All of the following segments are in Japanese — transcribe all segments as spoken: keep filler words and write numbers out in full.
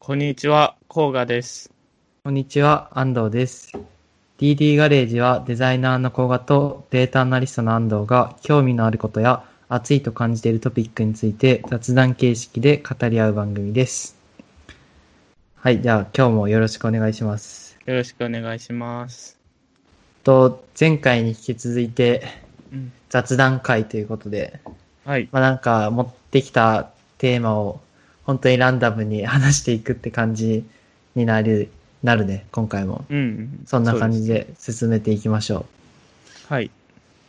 こんにちは、甲賀です。 こんにちは、安藤です。ディーディー ガレージはデザイナーの甲賀とデータアナリストの安藤が興味のあることや熱いと感じているトピックについて雑談形式で語り合う番組です。はい、じゃあ今日もよろしくお願いします。 よろしくお願いします。 と前回に引き続いてうん、 雑談会ということで、 はい。 まあなんか持ってきたテーマを本当にランダムに話していくって感じになる、なるね、今回も。 うん、 そんな感じそうでで進めていきましょう。 はい。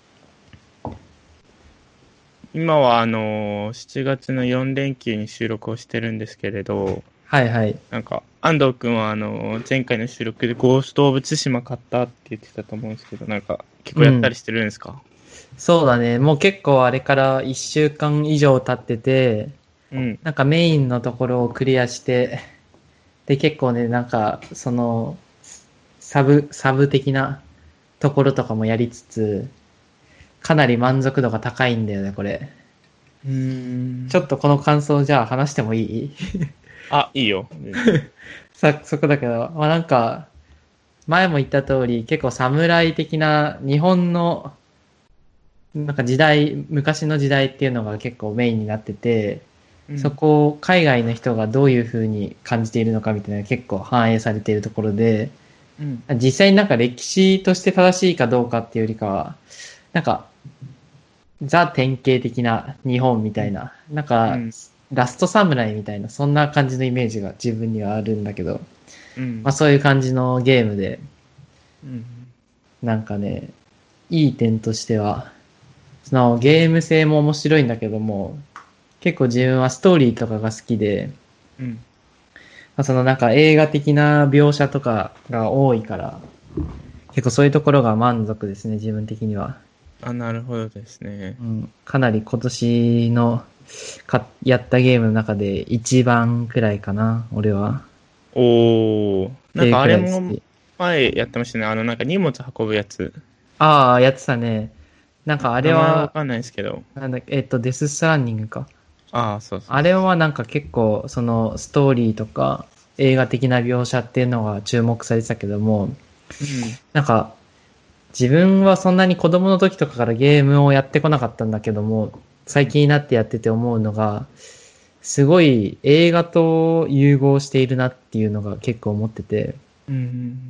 今はあのー、しちがつのよん連休に収録をしてるんですけれど、 はいはい。 なんか安藤くんはあのー、前回の収録でゴースト・オブ・ツシマ買ったって言ってたと思うんですけど、なんか結構やったりしてるんですか？ そうだね。もう結構あれからいっしゅうかん以上経ってて、 うん、 なんかメインのところをクリアして、で結構ね、なんかそのサブ、サブ的なところとかもやりつつ、かなり満足度が高いんだよね、これ。 うーん。 ちょっとこの感想じゃあ話してもいい？ あ、いいよ。全然。 さ、そこだけど、まあなんか、前も言った通り結構侍的な日本のなんか時代、昔の時代っていうのが結構メインになってて、そうん、 こを海外の人がどういう風に感じているのかみたいなのが結構反映されているところで、 うん、 実際になんか歴史として正しいかどうかっていうよりかは、なんかザ典型的な日本みうん、 たいな、なんかうん、 ラストサムライみたいな、そんな感じのイメージが自分にはあるんだけど、 うん、 まあそういう感じのゲームで、 うん、 なんかね、いい点としては、そのゲーム性も面白いんだけども、結構自分はストーリーとかが好きで、 うん。 まあそのなんか映画的な描写とかが多いから、結構そういうところが満足ですね、自分的には。 あ、なるほどですね。 うん、かなり今年のかやったゲームの中で一番くらいかな、俺は。 おー、なんかっていうくあれもらい好き。 前やってましたね。あの、なんか荷物運ぶやつ。 ああ、やってたね。なんかあれ名前わは、 かんないですけど。 なんだっけ、えっと、デスストランディングか。 ああ、そうそうあれそはなんか結構、そのストーリーとか映画的な描写っていうのが注目されてたけども、 う。うん、 なんか自分はそんなに子供の時とかからゲームをやってこなかったんだけども、最近になってやってて思うのが、すごい映画と融合しているなっていうのが結構思ってて、 うん、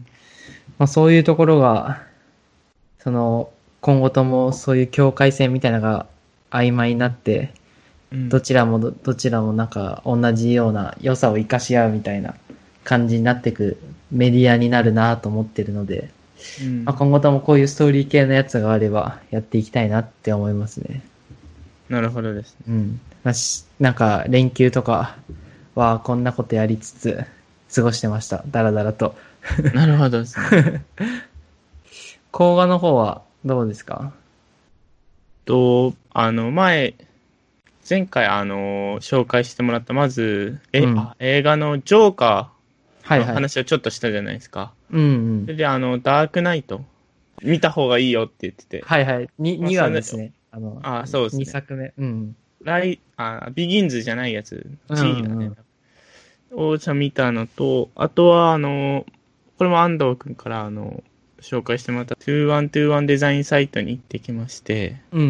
まあそういうところが、その今後ともそういう境界線みたいなのが曖昧になって、 うん、 どちらもど、どちらもなんか同じような良さを活かし合うみたいな感じになっていくメディアになるなと思ってるので、まあ、 うん。 今後ともこういうストーリー系のやつがあればやっていきたいなって思いますね。 なるほどですね。 うん。まあしなんか連休とかはこんなことやりつつ過ごしてました。だらだらと。 なるほどですね。 邦画の方はどうですか？ と、あの、前、前回、あの、紹介してもらった、まず、え、 うん。 あ、映画のジョーカーのはいはい。 話をちょっとしたじゃないですか。 うんうん。 それで、あの、ダークナイト、見た方がいいよって言ってて。 はいはい。に、 まあ、 にそれ、 わですね。あの、 あ、そうですにね。 さくめ。うん。 ライ、あ、ビギンズじゃないやつ。 うん次だね。 うん。 をちゃん見たのと、あとは、あの、これも安藤くんから、あの、紹介してもらったにせんにじゅういちデザインサイトに行ってきまして、 うんうん。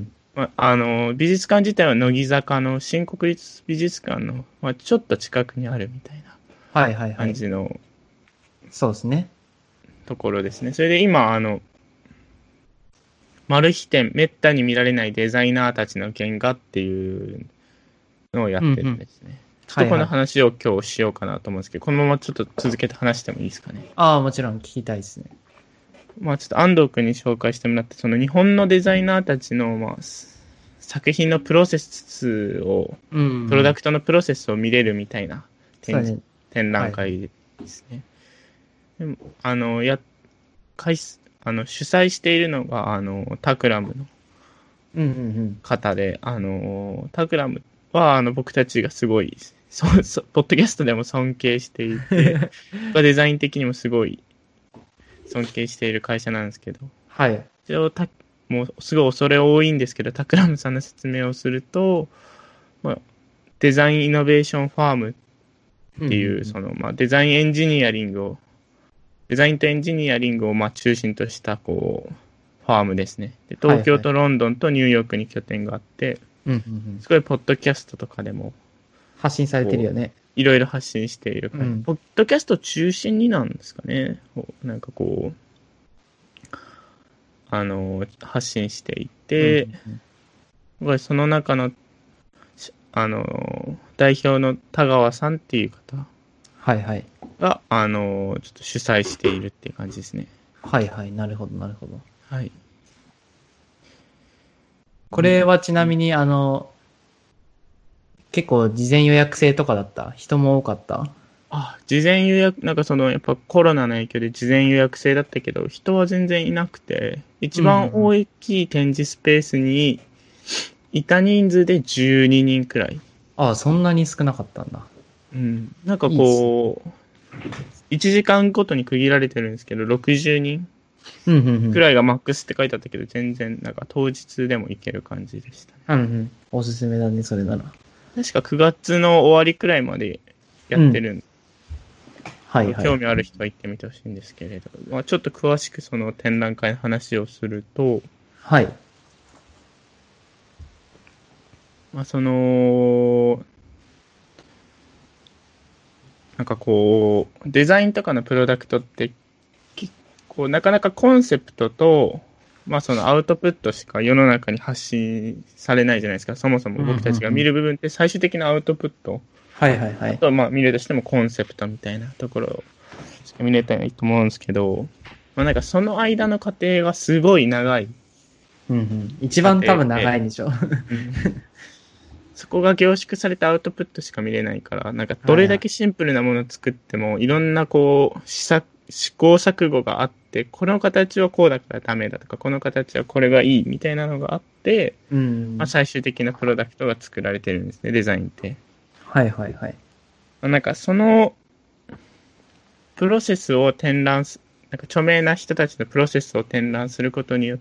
まあ、あの、美術館自体は乃木坂の新国立美術館の、まあ、ちょっと近くにあるみたいなはいはいはい。 感じのそうですね。 ところですね。それで今、あの、マル秘展、めったに見られないデザイナーたちの原画っていうのをやってるんうんうん。 ですね。ちょっとこのはいはい。 話を今日しようかなと思うんですけど、このままちょっと続けて話してもいいですかね。 ああ、もちろん聞きたいですね。 まあちょっと安藤君に紹介してもらって、その日本のデザイナーたちの、まあ、作品のプロセスを、 うんうん。 プロダクトのプロセスを見れるみたいな展示、 そうだね。 展はいはい。 覧会ですね。でも、あの、や、開始、あの、主催しているのが、あの、タクラムのうんうんうん。 方で、あの、タクラムは、あの、僕たちがすごい、そう、そう、ポッドキャストでも尊敬していて、デザイン的にもすごい尊敬している会社なんですけど、 はい。 一応た、もうすごい恐れ多いんですけど、タクラムさんの説明をすると、まあ、デザインイノベーションファームっていう、うんうん、その、まあ、デザインエンジニアリングを、デザインとエンジニアリングをまあ中心とした、こう、ファームですね。で、東京とロンドンとニューヨークに拠点があって、はいはい、すごい、ポッドキャストとかでも、 発信されてるよね。 いろいろ発信している、うん。ポッドキャスト中心になんですかね。なんかこう、あの、発信していて、うんうんうん、その中の、あの、代表の田川さんっていう方。 はいはい。 が、あの、ちょっと主催しているっていう感じですね。 はいはい。なるほどなるほど。 はい。 これはちなみに、あの、結構事前予約制とかだった？人も多かった？ あ、事前予約、なんかその、やっぱコロナの影響で事前予約制だったけど、人は全然いなくて、一番大きい展示スペースにいた人数でじゅうににんくらい。 ああ、そんなに少なかったんだ。 うん。なんかこう、いちじかんごとに区切られてるんですけど、ろくじゅうにんくらいがマックスって書いてあったけど、全然、なんか当日でも行ける感じでしたね。 うんうん。おすすめだね、それなら。 確かくがつの終わりくらいまでやってるんで、 うん、はいはい。 興味ある人は行ってみてほしいんですけれど、まあ、ちょっと詳しくその展覧会の話をすると、 はい。 まあ、その、なんかこう、デザインとかのプロダクトって、結構なかなかコンセプトと、まあそのアウトプットしか世の中に発信されないじゃないですか。そもそも僕たちが見る部分って最終的なアウトプット。 はいはいはい。 あとはまあ見るとしてもコンセプトみたいなところしか見れたらいいと思うんですけど、まあなんかその間の過程がすごい長い。 うんうん。一番多分長いんでしょ。うん、 そこが凝縮されたアウトプットしか見れないから、なんかどれだけシンプルなものを作っても、いろんなこう、試作、試行錯誤があって、この形はこうだからダメだとか、この形はこれがいいみたいなのがあって、うん、まあ、最終的なプロダクトが作られてるんですね、デザインって。 はいはいはい。 なんかその、プロセスを展覧す、なんか著名な人たちのプロセスを展覧することによって、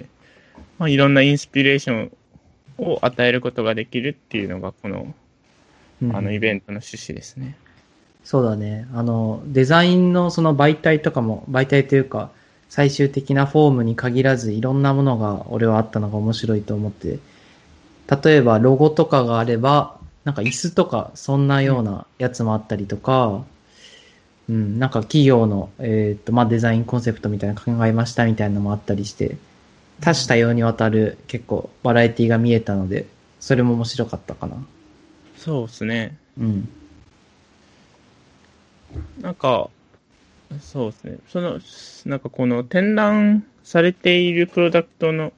まあ、いろんなインスピレーションを与えることができるっていうのが、この、あのイベントの趣旨ですね。うん、 そうだね。あの、デザインのその媒体とかも、媒体というか、最終的なフォームに限らずいろんなものが俺はあったのが面白いと思って、例えばロゴとかがあれば、なんか椅子とかそんなようなやつもあったりとか、うん、うん、なんか企業の、えっと、まあ、デザインコンセプトみたいなの考えましたみたいなのもあったりして、多種多様にわたる結構バラエティが見えたので、それも面白かったかな。 そうですね。 うん。 なんか、そうですね。その、なんかこの展覧されているプロダクトの、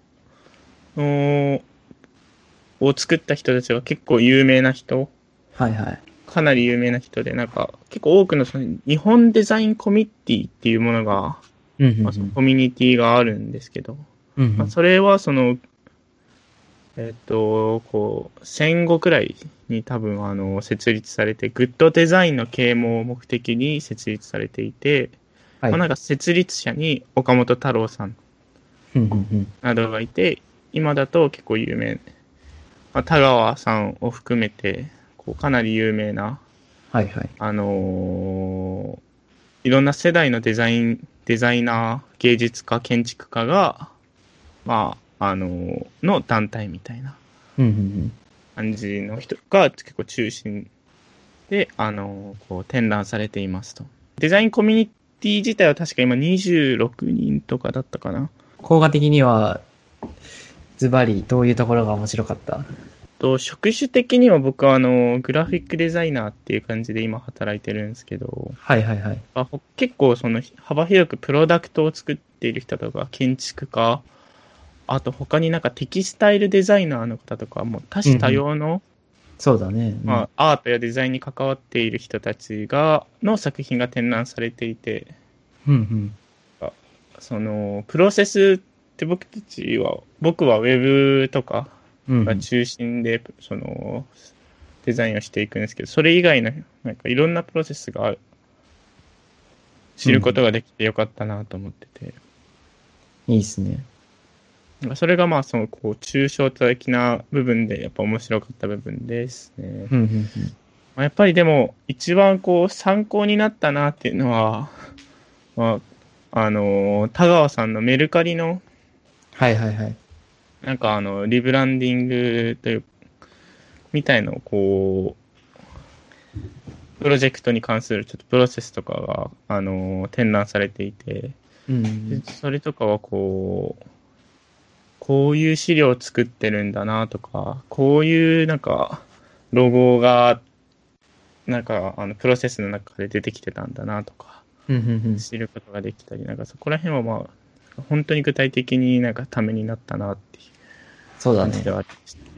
を作った人たちが結構有名な人。 はいはい。 かなり有名な人で、なんか結構多くのその日本デザインコミッティっていうものが、 うんうんうん、 まあ、そのコミュニティがあるんですけど、 うんうん、 まあ、それはその、えっと、こう、戦後くらいに多分あの、設立されて、グッドデザインの啓蒙を目的に設立されていて、はい、まあなんか設立者に岡本太郎さんなどがいて、今だと結構有名、まあ、田川さんを含めて、こうかなり有名な、 はいはい、 あのー、いろんな世代のデザイン、デザイナー、芸術家、建築家が、まあ、あのー、の団体みたいな感じの人が結構中心で、あのー、こう展覧されていますと。デザインコミュニティ自体は確か今にじゅうろくにんとかだったかな。 効果的には、ズバリどういうところが面白かった？ と職種的には僕はあのグラフィックデザイナーっていう感じで今働いてるんですけど、 はいはいはい。 あ結構その幅広くプロダクトを作っている人とか建築家、あと他になんかテキスタイルデザイナーの方とかもう多種多様の、うんうん、 そうだね、 うん、まあ、アートやデザインに関わっている人たちがの作品が展覧されていて、 うんうん、 そのプロセスって僕たちは僕はウェブとかが中心で、うん、そのデザインをしていくんですけど、それ以外のなんかいろんなプロセスが知ることができてよかったなと思ってて、 うん、いいですね。 それがまあそのこう抽象的な部分でやっぱ面白かった部分ですね。 うんうんうん、 まあ、やっぱりでも、一番こう、参考になったなっていうのは、まあ、あのー田川さんのメルカリの、 はいはいはい。 なんかあの、リブランディングという、みたいのをこう、プロジェクトに関するちょっとプロセスとかが、あのー展覧されていて、 うんでそれとかはこう、こういう資料を作ってるんだなとか、こういうなんか、ロゴが、なんか、あの、プロセスの中で出てきてたんだなとか、 うんうんうん。 知ることができたり、なんかそこら辺はまあ、本当に具体的になんかためになったなっていうそうだね。 感じではありましたね。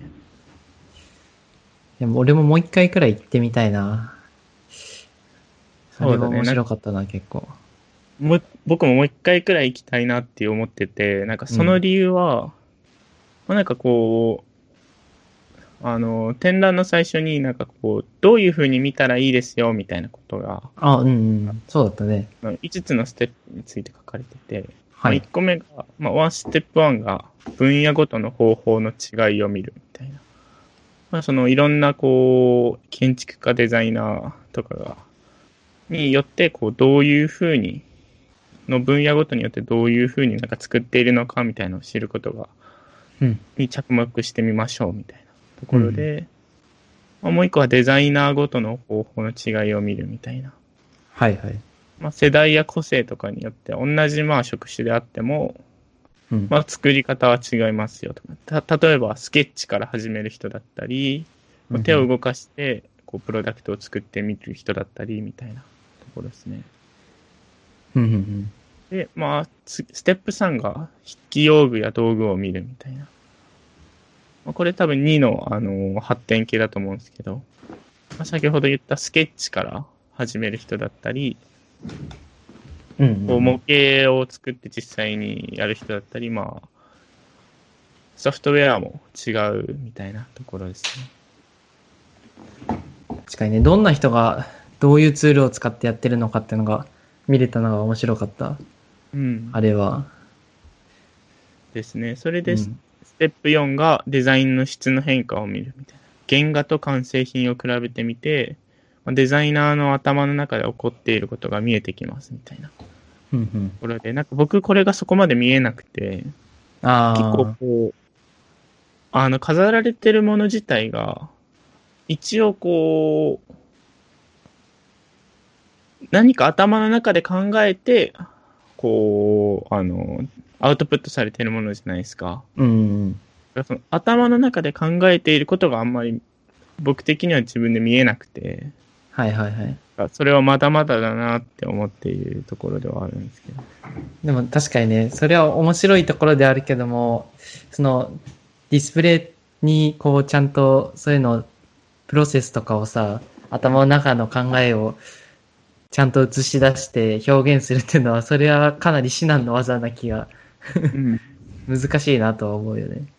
でも俺ももう一回くらい行ってみたいな。あそうだね。 れは面なんか白かったな、結構。 もう僕ももう一回くらい行きたいなって思ってて、なんかその理由は、まあ、なんかこう、あの、展覧の最初になんかこう、どういう風に見たらいいですよみたいなことが、 あ、うんうん。そうだったね。 いつつのステップについて書かれてて、まあ、 はい。 いっこめが、まあ、ワンステップワンが分野ごとの方法の違いを見るみたいな。まあ、そのいろんなこう、建築家デザイナーとかが、によって、こう、どういう風に、の分野ごとによってどういう風になんか作っているのかみたいなのを知ることが、 うん。 に着目してみましょうみたいなところうん。 で、まあ、もう一個はデザイナーごとの方法の違いを見るみたいな。 はいはい。 まあ、世代や個性とかによって同じまあ職種であっても、 うん。 まあ、作り方は違いますよとか。た、例えばスケッチから始める人だったり、 うん手を動かしてこうプロダクトを作ってみる人だったりみたいなところですね。 うんうんうん。 で、まあ、スステップさんが筆記用具や道具を見るみたいな。まあ、これ多分にの、あのー発展系だと思うんですけど、まあ、先ほど言ったスケッチから始める人だったり、 うんうんこう模型を作って実際にやる人だったり、まあ、ソフトウェアも違うみたいなところですね。 確かにね、どんな人がどういうツールを使ってやってるのかっていうのが見れたのが面白かった。 うん。 あれは。 ですね。それで、スうん。 テップよんがデザインの質の変化を見るみたいな。原画と完成品を比べてみて、まあデザイナーの頭の中で起こっていることが見えてきますみたいなとうんうん。 ころで、なんか僕これがそこまで見えなくて、結構ああ。 こう、あの、飾られてるもの自体が、一応こう、何か頭の中で考えて、こう、あの、アウトプットされてるものじゃないですか。 うんうんだからその頭の中で考えていることがあんまり僕的には自分で見えなくて、 はいはいはい。 それはまだまだだなって思っているところではあるんですけど。 でも確かにね、それは面白いところであるけども、そのディスプレイにこうちゃんとそういうの、プロセスとかをさ、頭の中の考えをちゃんと映し出して表現するっていうのは、それはかなり至難の技な気がうん。 難しいなとは思うよね。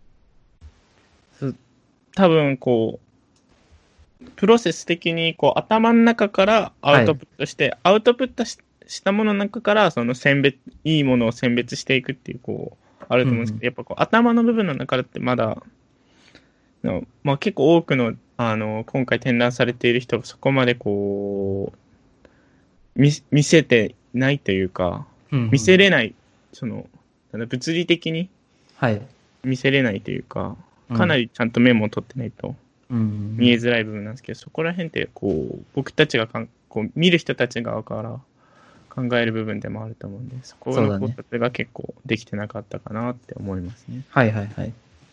多分こう、プロセス的にこう頭の中からアはい。 ウトプットして、アウトプットししたものの中からその選別、いいものを選別していくっていうこう、あると思うんですけど、やっぱこう頭の部分の中ってまだ、のまあ結構多くの、あの、今回展覧されている人がそこまでこう、見見せてないというか、 うんうん見せれない、その、なんだ物理的にはい。 見せれないというか、 うんかなりちゃんとメモを取ってないとうんうん見えづらい部分なんですけど、そこら辺ってこう、僕たちがかんこう見る人たち側から考える部分でもあると思うんで、そこの考そうだね。 察が結構できてなかったかなって思いますね。 はいはいはい。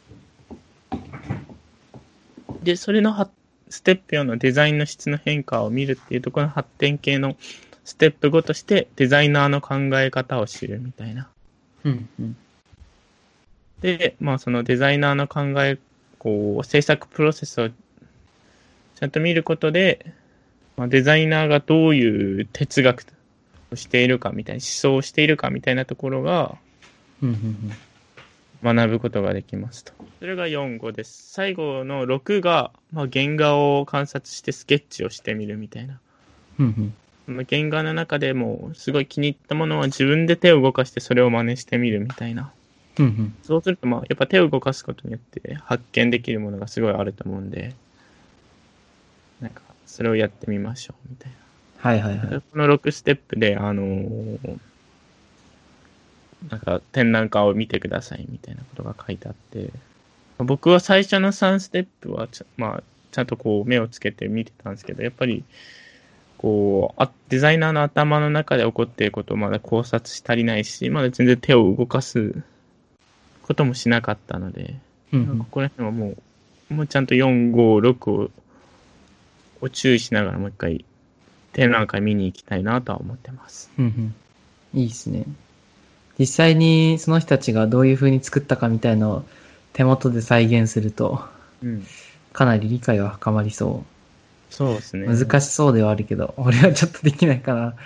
で、それのはステップよんのデザインの質の変化を見るっていうところの発展系のステップごとしてデザイナーの考え方を知るみたいな。 うんうんで、まあそのデザイナーの考え、こう制作プロセスをちゃんと見ることで、まあ、デザイナーがどういう哲学をしているかみたいな、思想をしているかみたいなところがうんうん学ぶことができますと。それがよん、ごです。最後のろくが、まあ、原画を観察してスケッチをしてみるみたいな。 うんうんその原画の中でもすごい気に入ったものは自分で手を動かしてそれを真似してみるみたいな。 うんうんそうするとまあやっぱ手を動かすことによって発見できるものがすごいあると思うんで、なんかそれをやってみましょうみたいはいはいはい。 な。このろくステップで、あのーなんか展覧会を見てくださいみたいなことが書いてあって、僕は最初のさんステップはちゃ、まあ、ちゃんとこう目をつけて見てたんですけど、やっぱりこうあデザイナーの頭の中で起こっていることをまだ考察し足りないし、まだ全然手を動かすこともしなかったので、 うんうんなんかここら辺はもう、もうちゃんとよん、ご、ろくをを注意しながらもう一回展覧会見に行きたいなとは思ってます。 うんうん。いいですね。実際にその人たちがどういう風に作ったかみたいのを手元で再現すると、 うん。 かなり理解は深まりそそうですね。 う。難しそうではあるけど、俺はちょっとできないかな。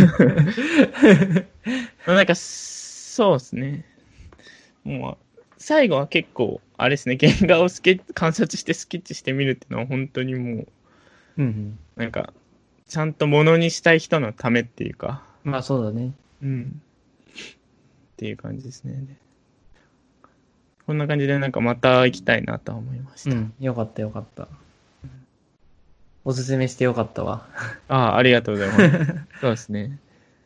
なんか、そうですね。もう、最後は結構、あれですね、原画をスケ観察してスケッチしてみるっていうのは本当にもう、 うんうん。 なんか、ちゃんとものにしたい人のためっていうか、 まあそうだね。 うん。っていう感じですね。こんな感じでなんかまた行きたいなとは思いました。 うん。よかったよかった。おすすめしてよかったわ。 ああ、ありがとうございます。そうですね。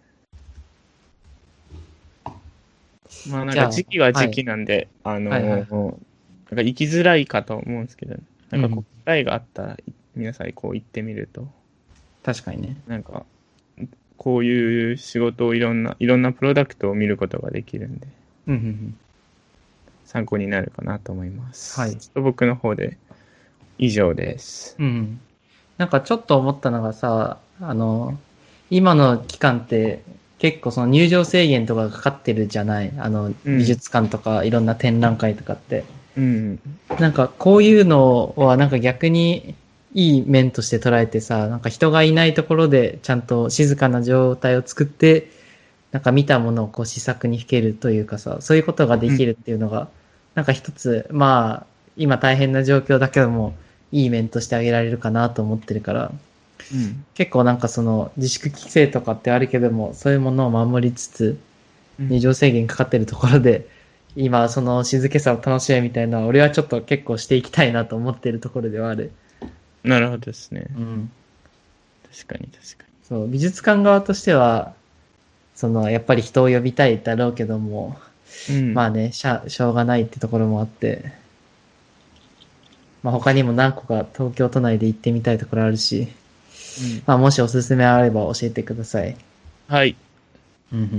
まあなんじゃあ、 か時期は時はい。 期なんで、あのはいはい。 ーなんか行きづらいかと思うんですけど、なんかこううん。 機会があったら、い皆さんこう行ってみると、 確かにね。 なんか、こういう仕事をいろんな、いろんなプロダクトを見ることができるんで、 うんうんうん。 参考になるかなと思います。 はい。 ちょっと僕の方で以上です。 うんうん。なんかちょっと思ったのがさ、あの、今の期間って結構その入場制限とかがかかってるじゃない。あの、 うん美術館とかいろんな展覧会とかって。 うん。 なんかこういうのはなんか逆にいい面として捉えてさ、なんか人がいないところでちゃんと静かな状態を作って、なんか見たものをこう試作にふけるというかさ、そういうことができるっていうのが、なんか一つ、まあ、今大変な状況だけども、いい面としてあげられるかなと思ってるから、 うん。 結構なんかその自粛規制とかってあるけども、そういうものを守りつつ、 うん。 入場制限かかってるところで、今その静けさを楽しめみたいな、俺はちょっと結構していきたいなと思ってるところではある。 なるほどですね。 うん。 確かに確かそう、美術館側としては、その、やっぱり人を呼びたいだろうけども、 に。うん。 まあね、しゃ、しょうがないってところもあって、まあ他にも何個か東京都内で行ってみたいところあるし、 うん。 まあもしおすすめあれば教えてください。 はい。 うんうん。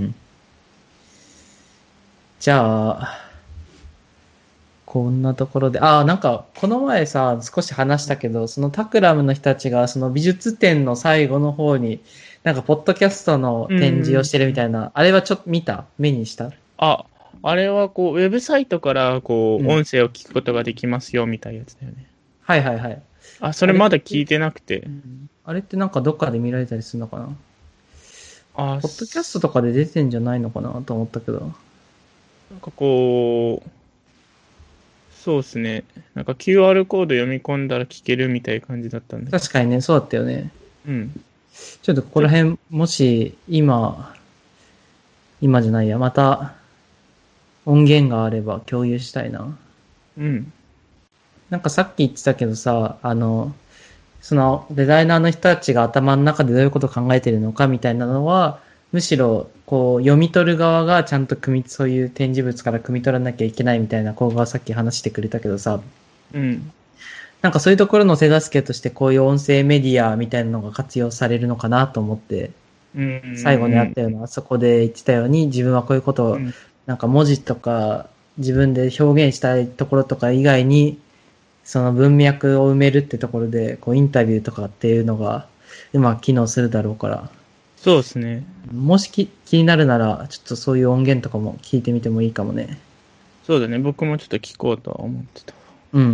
じゃあ、こんなところで、ああ、なんか、この前さ、少し話したけど、そのタクラムの人たちが、その美術展の最後の方に、なんか、ポッドキャストの展示をしてるみたいな、あれはちょっと見た目にしたあ、あれはこう、ウェブサイトからこう、 うん。 音声を聞くことができますよ、みたいなやつだよね。 はいはいはい。 あ、それあれっまだ聞いて、 てなくて。 うん、あれってなんかどっかで見られたりするのかな？ あ、 ポッドキャストすとかで出てんじゃないのかなと思ったけど。 なんかこう、そうですね。なんか キューアール コード読み込んだら聞けるみたいな感じだったんだけど。 確かにね、そうだったよね。 うん。 ちょっとここら辺、もし、今、今じゃないや、また、音源があれば共有したいな。 うん。 なんかさっき言ってたけどさ、あの、そのデザイナーの人たちが頭の中でどういうことを考えてるのかみたいなのは、むしろ、こう、読み取る側がちゃんと組み、そういう展示物から組み取らなきゃいけないみたいな、こうがさっき話してくれたけどさ、 うん。 なんかそういうところの手助けとしてこういう音声メディアみたいなのが活用されるのかなと思って、 うん。 最後にあったような、そこで言ってたように、自分はこういうことを、 うん。 なんか文字とか、自分で表現したいところとか以外に、その文脈を埋めるってところで、こうインタビューとかっていうのが、うまく機能するだろうから、 そうですね。 もしき気になるなら、ちょっとそういう音源とかも聞いてみてもいいかもね。 そうだね。僕もちょっと聞こうとは思ってた。 うんうん。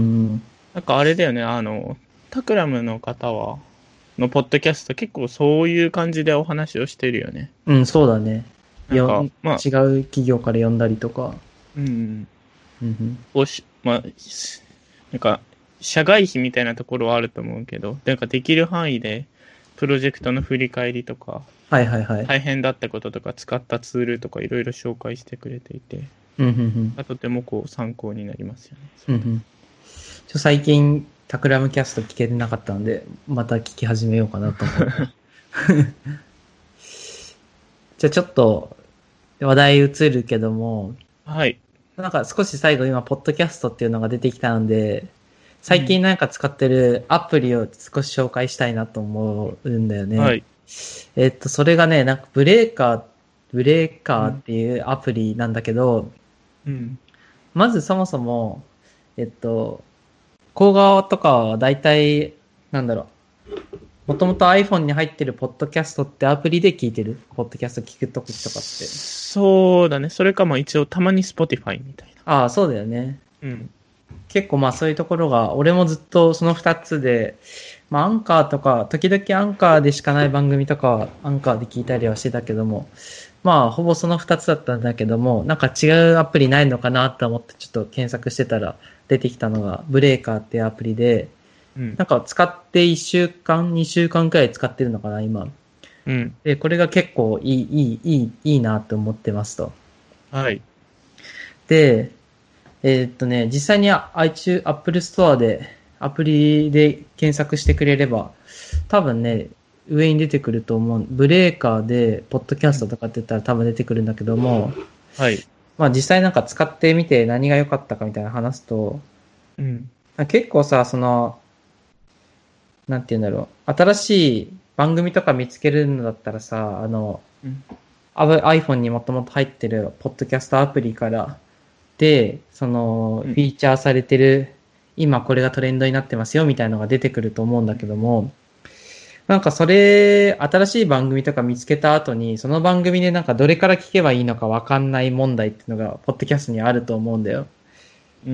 なんかあれだよね。あの、タクラムの方は、のポッドキャスト結構そういう感じでお話をしてるよね。 うん、そうだね。 なんか、 よ違まあ、 う企業から呼んだりとか。 うん。 うんうんこうし、まあ、しなんか、社外費みたいなところはあると思うけど、なんかできる範囲で、プロジェクトの振り返りとか、 はいはいはい。 大変だったこととか、使ったツールとか、いろいろ紹介してくれていて、 うんうんうん。 とてもこう参考になりますよね。 うんうん。ちょ最近タクラムキャスト聞けてなかったので、また聞き始めようかなと思う。じゃあちょっと話題移るけども、 はい。 なんか少し最後今、ポッドキャストっていうのが出てきたので、最近なんか使ってるアプリを少し紹介したいなと思うんだよね。 はい。 えっと、それがね、なんかブレーカー、ブレーカーっていうアプリなんだけど、 うん。 まずそもそも、えっと、動画とかは大体、なんだろう、もともと iPhone に入ってるポッドキャストってアプリで聞いてるポッドキャスト聞くときとかって。 そうだね。それかも一応たまに Spotify みたいな。 ああ、そうだよね。 うん。 結構まあそういうところが、俺もずっとその二つで、まあアンカーとか、時々アンカーでしかない番組とかはアンカーで聞いたりはしてたけども、まあほぼその二つだったんだけども、なんか違うアプリないのかなと思ってちょっと検索してたら出てきたのがブレーカーっていうアプリで、 うん。 なんか使っていっしゅうかん、にしゅうかんくらい使ってるのかな、今。 うん。 で、これが結構いい、いい、いい、いいなと思ってますと。 はい。 で、えーっとね、実際に iTunes、Apple Store でアプリで検索してくれれば、多分ね、上に出てくると思う。ブレーカーで、ポッドキャストとかって言ったら多分出てくるんだけども、 はい。 まあ実際なんか使ってみて何が良かったかみたいな話すと、 うん。 結構さ、その、なんて言うんだろう、新しい番組とか見つけるのだったらさ、あの、 うん。 iPhone にもともと入ってるポッドキャストアプリからで、その、 うん。 フィーチャーされてる、今これがトレンドになってますよみたいなのが出てくると思うんだけども、なんかそれ、新しい番組とか見つけた後に、その番組でなんかどれから聞けばいいのかわかんない問題っていうのが、ポッドキャストにあると思うんだよ。 うん。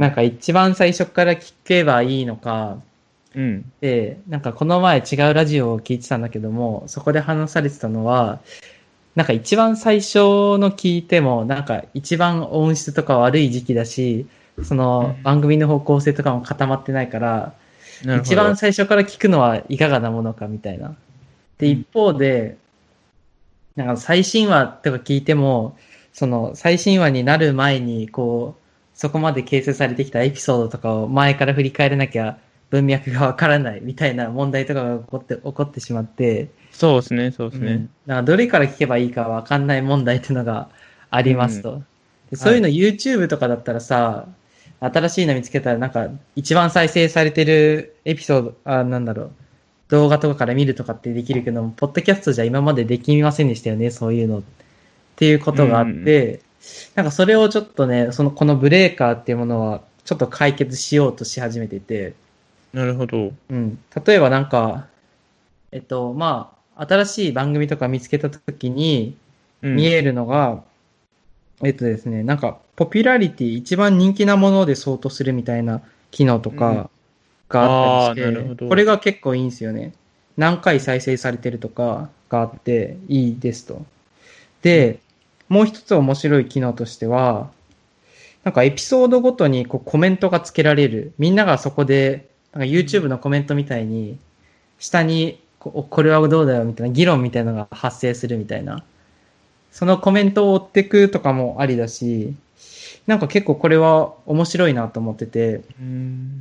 なんか一番最初から聞けばいいのか、 うん。 で、なんかこの前違うラジオを聞いてたんだけども、そこで話されてたのは、なんか一番最初の聞いても、なんか一番音質とか悪い時期だし、その番組の方向性とかも固まってないから、一番なるほど。 最初から聞くのはいかがなものかみたいな。で、 うん。 一方で、なんか最新話とか聞いても、その最新話になる前に、こう、そこまで形成されてきたエピソードとかを前から振り返らなきゃ文脈がわからないみたいな問題とかが起こって、起こってしまって、 そうですね。そうですね。 うん。だからどれから聞けばいいかわかんない問題っていうのがあうん。 りますと。でそうはい。 いうの YouTube とかだったらさ、新しいの見つけたらなんか一番再生されてるエピソード、あ、なんだろう、動画とかから見るとかってできるけども、ポッドキャストじゃ今までできませんでしたよね、そういうのっていうこうとがあっん。 て、なんかそれをちょっとね、その、このブレーカーっていうものはちょっと解決しようとし始めてて、 なるほど。 うん。例えばなんか、えっと、まあ、新しい番組とか見つけたときにうん。 見えるのが、えっとですね、なんか、ポピュラリティ、一番人気なもので相当するみたいな機能とうん。 かがあったりああ、なるして、こほど。 れが結構いいんですよね。何回再生されてるとかがあっていいですと。 うん。 で、もう一つ面白い機能としては、なんかエピソードごとにこうコメントがつけられる。みんながそこで、なんかうん。 YouTube のコメントみたいに、下にここれはどうだよみたいな議論みたいなのが発生するみたいな。そのコメントを追っていくとかもありだし、なんか結構これは面白いなと思ってて、 うん。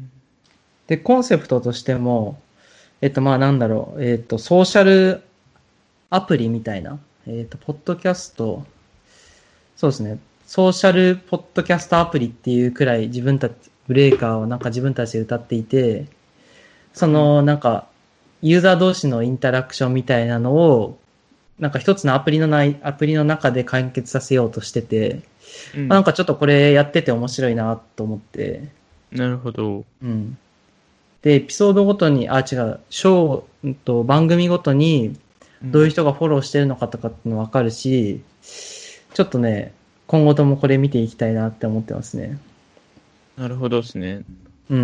で、コンセプトとしても、えっとまあなんだろう、えっと、ソーシャルアプリみたいな、えっと、ポッドキャスト、そうですね、ソーシャルポッドキャストアプリっていうくらい自分たち、ブレーカーをなんか自分たちで歌っていて、そうん。 のなんか、ユーザー同士のインタラクションみたいなのを、なんか一つのアプリのない、アプリの中で完結させようとしてて、 うん。 なんかちょっとこれやってて面白いなと思って、 なるほど。 うん。で、エピソードごとに、あ、違う、ショー、うんと、番組ごとにうん。 どういう人がフォローしてるのかとかっていうのわかるし、ちょっとね、今後ともこれ見ていきたいなって思ってますね。 なるほどですね。 うん。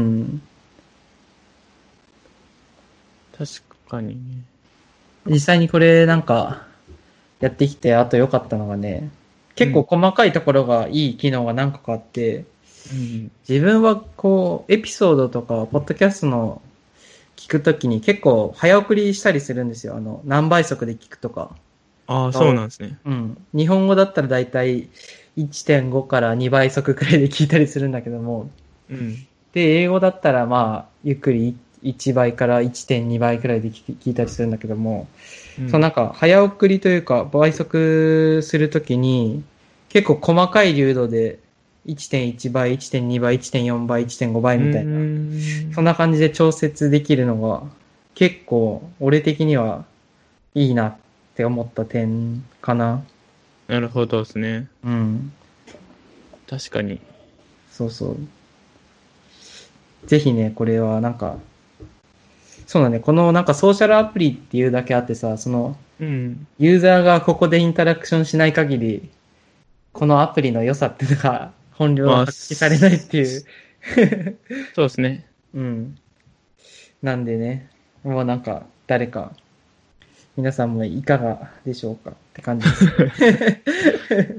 確かにね。 実際にこれなんかやってきて、あと良かったのがね、結構うん。 細かいところがいい機能が何個かあって、 うん。 自分はこう、エピソードとか、ポッドキャストの聞くときに結構早送りしたりするんですよ。あの、何倍速で聞くとかああ、 が多い。 そうなんですね。 うん。日本語だったらだいたいいってんごからにばい速くらいで聞いたりするんだけども、 うん。 で、英語だったらまあ、ゆっくりいちばいからいってんにばいくらいで聞聞いたりするんだけども、 うん、 そのなんか早送りというか倍速するときに結構細かい流度でいってんいちばい、いってんにばい、いってんよんばい、いってんごばいうみたいな、 ーん。 そんな感じで調節できるのが結構俺的にはいいなって思った点かな。 なるほどですね。 うん。 確かに。 そうそう。ぜひね、これはなんか、そうだね、このなんかソーシャルアプリっていうだけあってさ、そのうん。 ユーザーがここでインタラクションしない限り、このアプリの良さっていうのが本領まあ、 発揮されないっていう。 そうですね。 うん。なんでね、もうなんか誰か、皆さんもいかがでしょうかって感じです。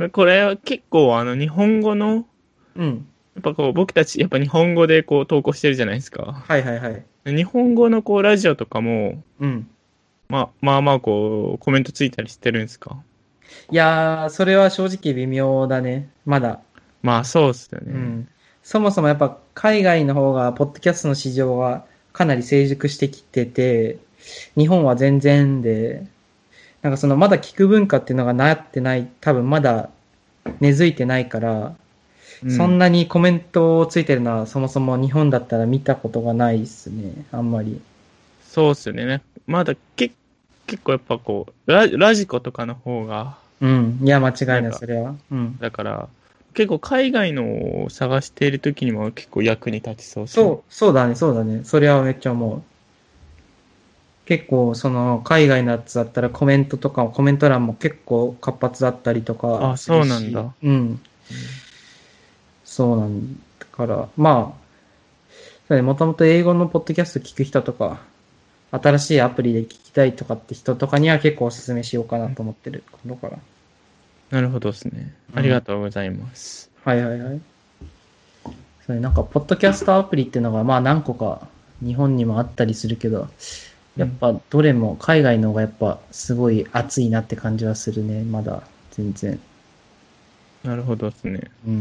これは結構あの日本語の、 うん。 やっぱこう僕たちやっぱ日本語でこう投稿してるじゃないですか。 はいはいはい。 日本語のこうラジオとかも、 うん。 まあまあまあこうコメントついたりしてるんですか？ いやー、それは正直微妙だね。まだ。 まあそうっすよね。 うん。そもそもやっぱ海外の方が、ポッドキャストの市場はかなり成熟してきてて、日本は全然で、なんかそのまだ聞く文化っていうのがなってない、多分まだ根付いてないから、 うん。 そんなにコメントついてるのはそもそも日本だったら見たことがないですね。あんまり。 そうっすよね。ねまだけ結構やっぱこうラ、ラジコとかの方が、 うん。いや、間違いない、 なんか、 それは。うん。 だから結構海外のを探している時にも結構役に立ちそうですね。 そう、そうだね、そうだね。それはめっちゃ思う。結構、その、海外のやつだったらコメントとか、コメント欄も結構活発だったりとかあ、 するそうなんし、 だ。 うん。 うん。 そうなんだから、まあ、もともと英語のポッドキャスト聞く人とか、新しいアプリで聞きたいとかって人とかには結構おすすめしようかなと思ってることから。 なるほどですね。ありがうん。 とうございます。 はいはいはい。それなんか、ポッドキャストアプリっていうのが、まあ何個か日本にもあったりするけど、やっうん。 ぱどれも海外の方がやっぱすごい熱いなって感じはするね。まだ、全然。 なるほどですね。 うん。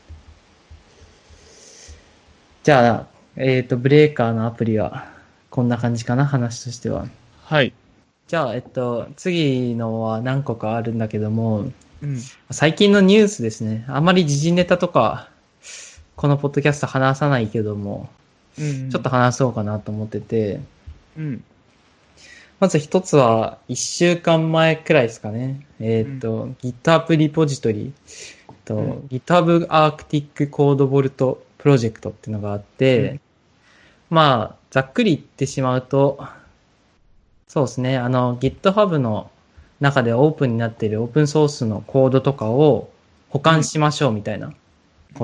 じゃあ、えっと、ブレーカーのアプリは、こんな感じかな、話としては。 はい。 じゃあ、えっと、次のは何個かあるんだけども、 うん。 最近のニュースですね。あんまり時事ネタとか、このポッドキャスト話さないけども、 うん。 ちょっと話そうかなと思ってて、 うん。 まず一つは、一週間前くらいですかね。えうん。 っと、GitHub リポジトリ、 うん。 と GitHub Arctic Code Vault プロジェクトっていうのがあって、 うん。 まあ、ざっくり言ってしまうと、そうですね、あの、GitHub の中でオープンになっているオープンソースのコードとかを保管しましょうみたいな。 うん。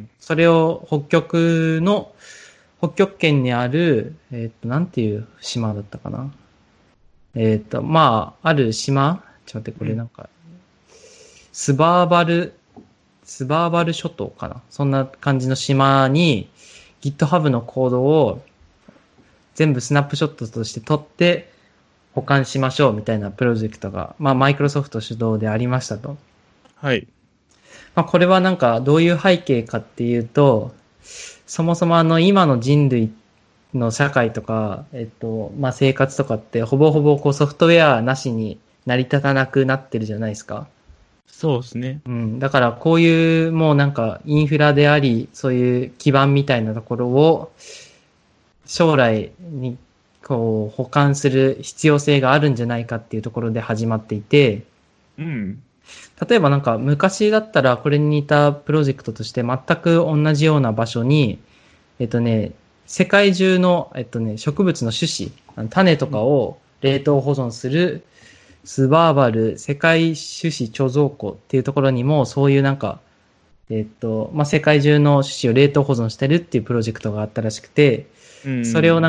それを北極の、北極圏にある、えっと、なんていう島だったかな。えっと、まあ、ある島ちょっと待って、こうん。 れなんか、スバーバル、スバーバル諸島かな。そんな感じの島に GitHub のコードを全部スナップショットとして撮って保管しましょうみたいなプロジェクトが、まあ、マイクロソフト主導でありましたと。 はい。 まあ、これはなんかどういう背景かっていうと、そもそもあの今の人類の社会とか、えっと、まあ、生活とかってほぼほぼこうソフトウェアなしに成り立たなくなってるじゃないですか。 そうですね。 うん。だからこういうもうなんかインフラであり、そういう基盤みたいなところを将来にこう保管する必要性があるんじゃないかっていうところで始まっていて、 うん。 例えばなんか昔だったらこれに似たプロジェクトとして全く同じような場所に、えっとね、世界中の、えっとね、植物の種子、種とかを冷凍保存するスバーバル世界種子貯蔵庫っていうところにもそういうなんか、えっと、まあ、世界中の種子を冷凍保存してるっていうプロジェクトがあったらしくて、 うん。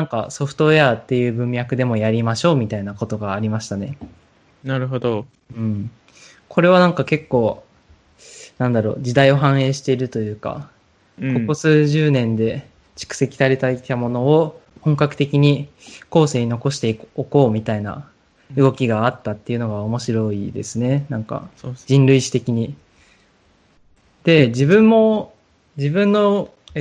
それをなんかソフトウェアっていう文脈でもやりましょうみたいなことがありましたね。 なるほど。 うん。これはなんか結構、なんだろう、時代を反映しているというか、ここうん。 数十年で蓄積されてきたものを本格的に後世に残しておこうみたいな動きがあったっていうのが面白いですね。なんかそうっす。 人類史的に。で、自分も、自分の、えーっ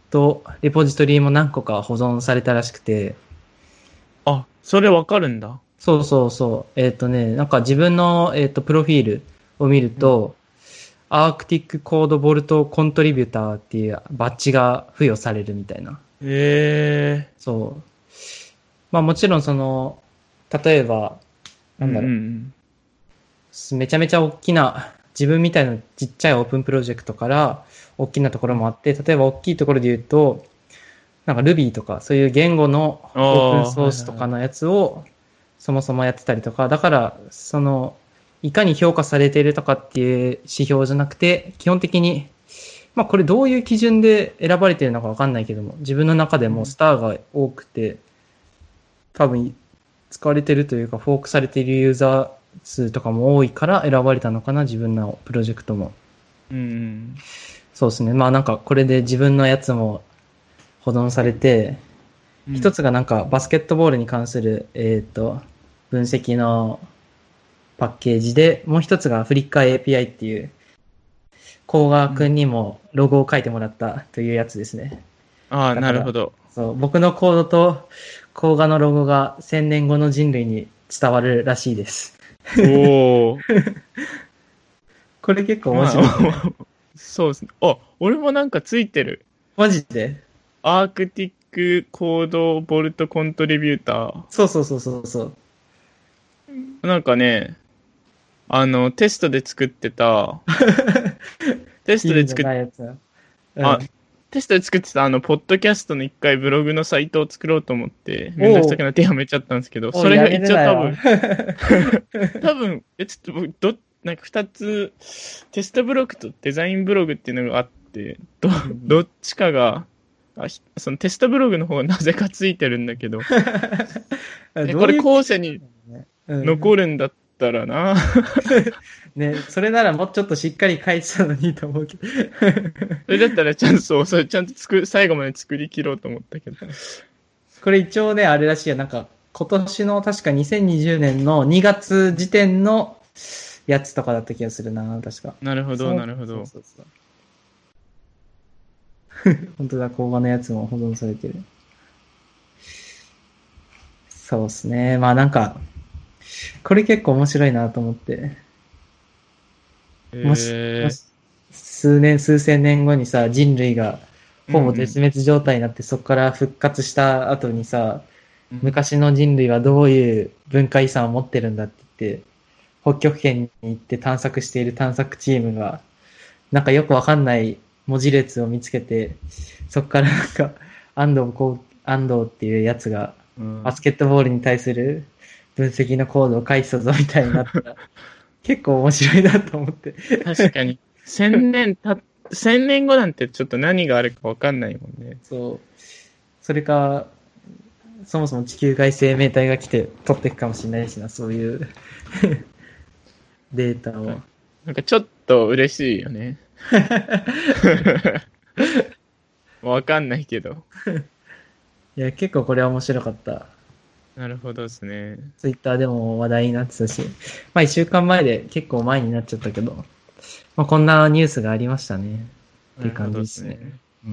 と、レポジトリも何個か保存されたらしくて、 あ、それわかるんだ。 そうそうそう。えっ、とね、なんか自分の、えっ、と、プロフィールを見ると、アークティックコードボルトコントリビューターっていうバッジが付与されるみたいな。 へえ。 そう。まあもちろんその、例えば、なんだろう、 うんうんめちゃめちゃ大きな、自分みたいなちっちゃいオープンプロジェクトから大きなところもあって、例えば大きいところで言うと、なんか Ruby とかそういう言語のうん。 オープンああ、 ソースとはいはいはい。 かのやつをそもそもやってたりとか、だから、その、いかに評価されているとかっていう指標じゃなくて、基本的に、まあこれどういう基準で選ばれているのかわかんないけども、自分の中でもスターが多くて、多分使われてるというか、フォークされているユーザー数とかも多いから選ばれたのかな、自分のプロジェクトも。 うんうん。 そうですね。まあなんかこれで自分のやつも保存されて、 うん一つがなんかバスケットボールに関する、えっと、分析のパッケージで、もう一つがフリッカー エーピーアイ っていう、甲賀くんにもロゴを書いてもらったというやつですね。 ああ、 だから、 なるほど。 そう、僕のコードと甲賀のロゴが千年後の人類に伝わるらしいです。 おお。 これ結構面ま白いよね。 あ、そうですね。あ、俺もなんかついてる。 マジでアークティックコードボルトコントリビュータそうそうそうそうそう。 ー。なんかね、あの、テストで作ってた、テス意味のトで作っ、 ないやつだ。うあ、 ん。 テストで作ってたあの、ポッドキャストの一回ブログのサイトを作ろうと思って、めんどくおうさくなってやめちゃったんですけど、 おう、やめそれが一るなよ。 応多分、多分、え、ちょっと僕、ど、なんか二つ、テストブログとデザインブログっていうのがあって、ど、どっちかが、あ、ひそのテストブログの方がなぜかついてるんだけど、え、これどういう後世にうん、 残るんだったらな。 ね、それならもうちょっとしっかり書いてたのにいいと思うけど。 それだったらちゃんとそう、それちゃんと作る、最後まで作り切ろうと思ったけど。 これ一応ね、あれらしいよ。なんか、今年の確かにせんにじゅうねんのにがつ時点のやつとかだった気がするな、確か。 なるほど、 そうなるほど。 そうそうそう。本当だ、工場のやつも保存されてる。そうですね。まあなんか、これ結構面白いなと思って。もし、もえし、数年、数千年後にさ、人類がー、 ほぼうん絶滅状態になって、そこから復活した後にさ、 うん。 昔の人類はどういう文化遺産を持ってるんだって言って、北極圏に行って探索している探索チームが、なんかよくわかんない文字列を見つけて、そこからなんか、安藤こう、安藤っていうやつが、 うんバスケットボールに対する分析のコードを書いてたぞみたいになったら、結構面白いなと思って。 確かに、千年た、千年後なんてちょっと何があるかわかんないもんね。 そう。それか、そもそも地球外生命体が来て取っていくかもしれないしな、そういうデータを。 なんかちょっと嬉しいよね。わかんないけど。 いや、結構これは面白かった。 なるほどですね。 ツイッターでも話題になってたし、まあ一週間前で結構前になっちゃったけど、まあこんなニュースがありましたね。っていう感じですね。うん。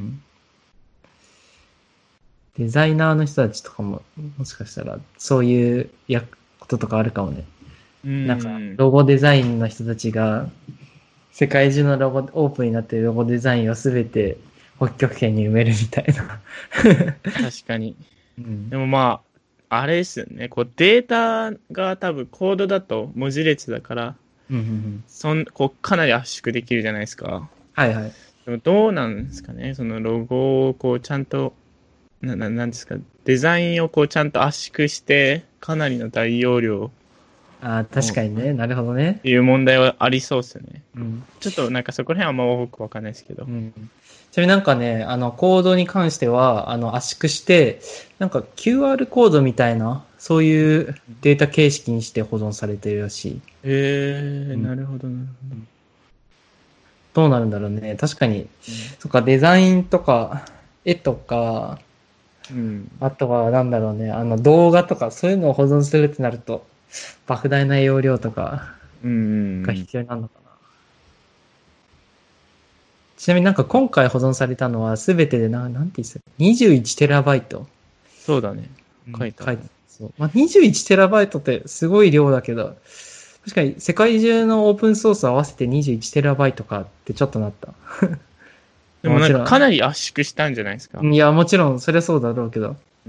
デザイナーの人たちとかも、もしかしたら、そういうやこととかあるかもね。 うん。 なんか、ロゴデザインの人たちが、世界中のロゴ、オープンになっているロゴデザインをすべて北極圏に埋めるみたいな。 確かに。 うんでもまあ、あれですよね。こうデータが多分コードだと文字列だから、 うんうんうんそんこうかなり圧縮できるじゃないですか。 はいはい。 でもどうなんですかね。そのロゴをこうちゃんと、な、ななんですか。デザインをこうちゃんと圧縮して、かなりの大容量ああ、確かにね。なるほどね。 っていう問題はありそうですよね。 うん。 ちょっとなんかそこら辺はあんま僕わかんないですけど。 うん。ちなみになんかね、あの、コードに関しては、あの、圧縮して、なんか キューアール コードみたいな、そういうデータ形式にして保存されてるらしい。 へえー、 うんなるほどなるほど。 どうなるんだろうね。確かに、そっか、デザインとか、絵とか、 うん。 あとはなんだろうね、あの動画とか、そういうのを保存するってなると、莫大な容量とかうん。うんが必要になるのかな。 ちなみになんか今回保存されたのは全てでな、なんて言ってた ?にじゅういち テラバイト。 そうだね。書いてある。 書いてそう。まあ、にじゅういちテラバイトってすごい量だけど、確かに世界中のオープンソース合わせてにじゅういちテラバイトかってちょっとなった。 でもなんかかなり圧縮したんじゃないですか。 いや、もちろんそれはそうだろうけど。 うん。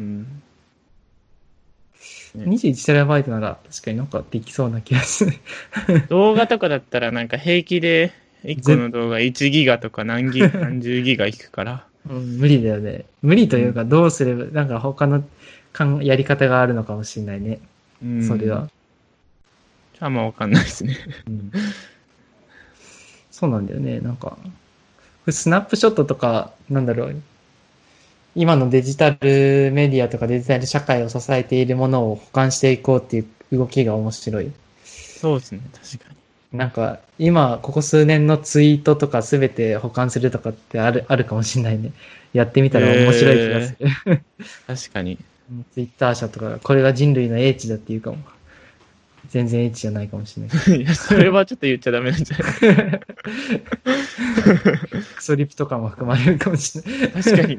ね、 にじゅういちテラバイトなら確かになんかできそうな気がする。 動画とかだったらなんか平気でいっこの動画いちギガとか何ギガ、何十ギガいくから。 うん、無理だよね。無理というかどうすれば、うん、なんか他のかんやり方があるのかもしれないね。うん、それは。 じゃあまあわかんないですね、 うん。そうなんだよね。なんか、スナップショットとか、なんだろう。今のデジタルメディアとかデジタル社会を支えているものを保管していこうっていう動きが面白い。 そうですね、確かに。なんか、今、ここ数年のツイートとかすべて保管するとかってある、あるかもしれないね。やってみたら面白い気がする。 えー、確かに。 ツイッター社とか、これが人類の英知だっていうかも。全然英知じゃないかもしれない。 いや、それはちょっと言っちゃダメなんじゃないクソリプとかも含まれるかもしれない。 確かに。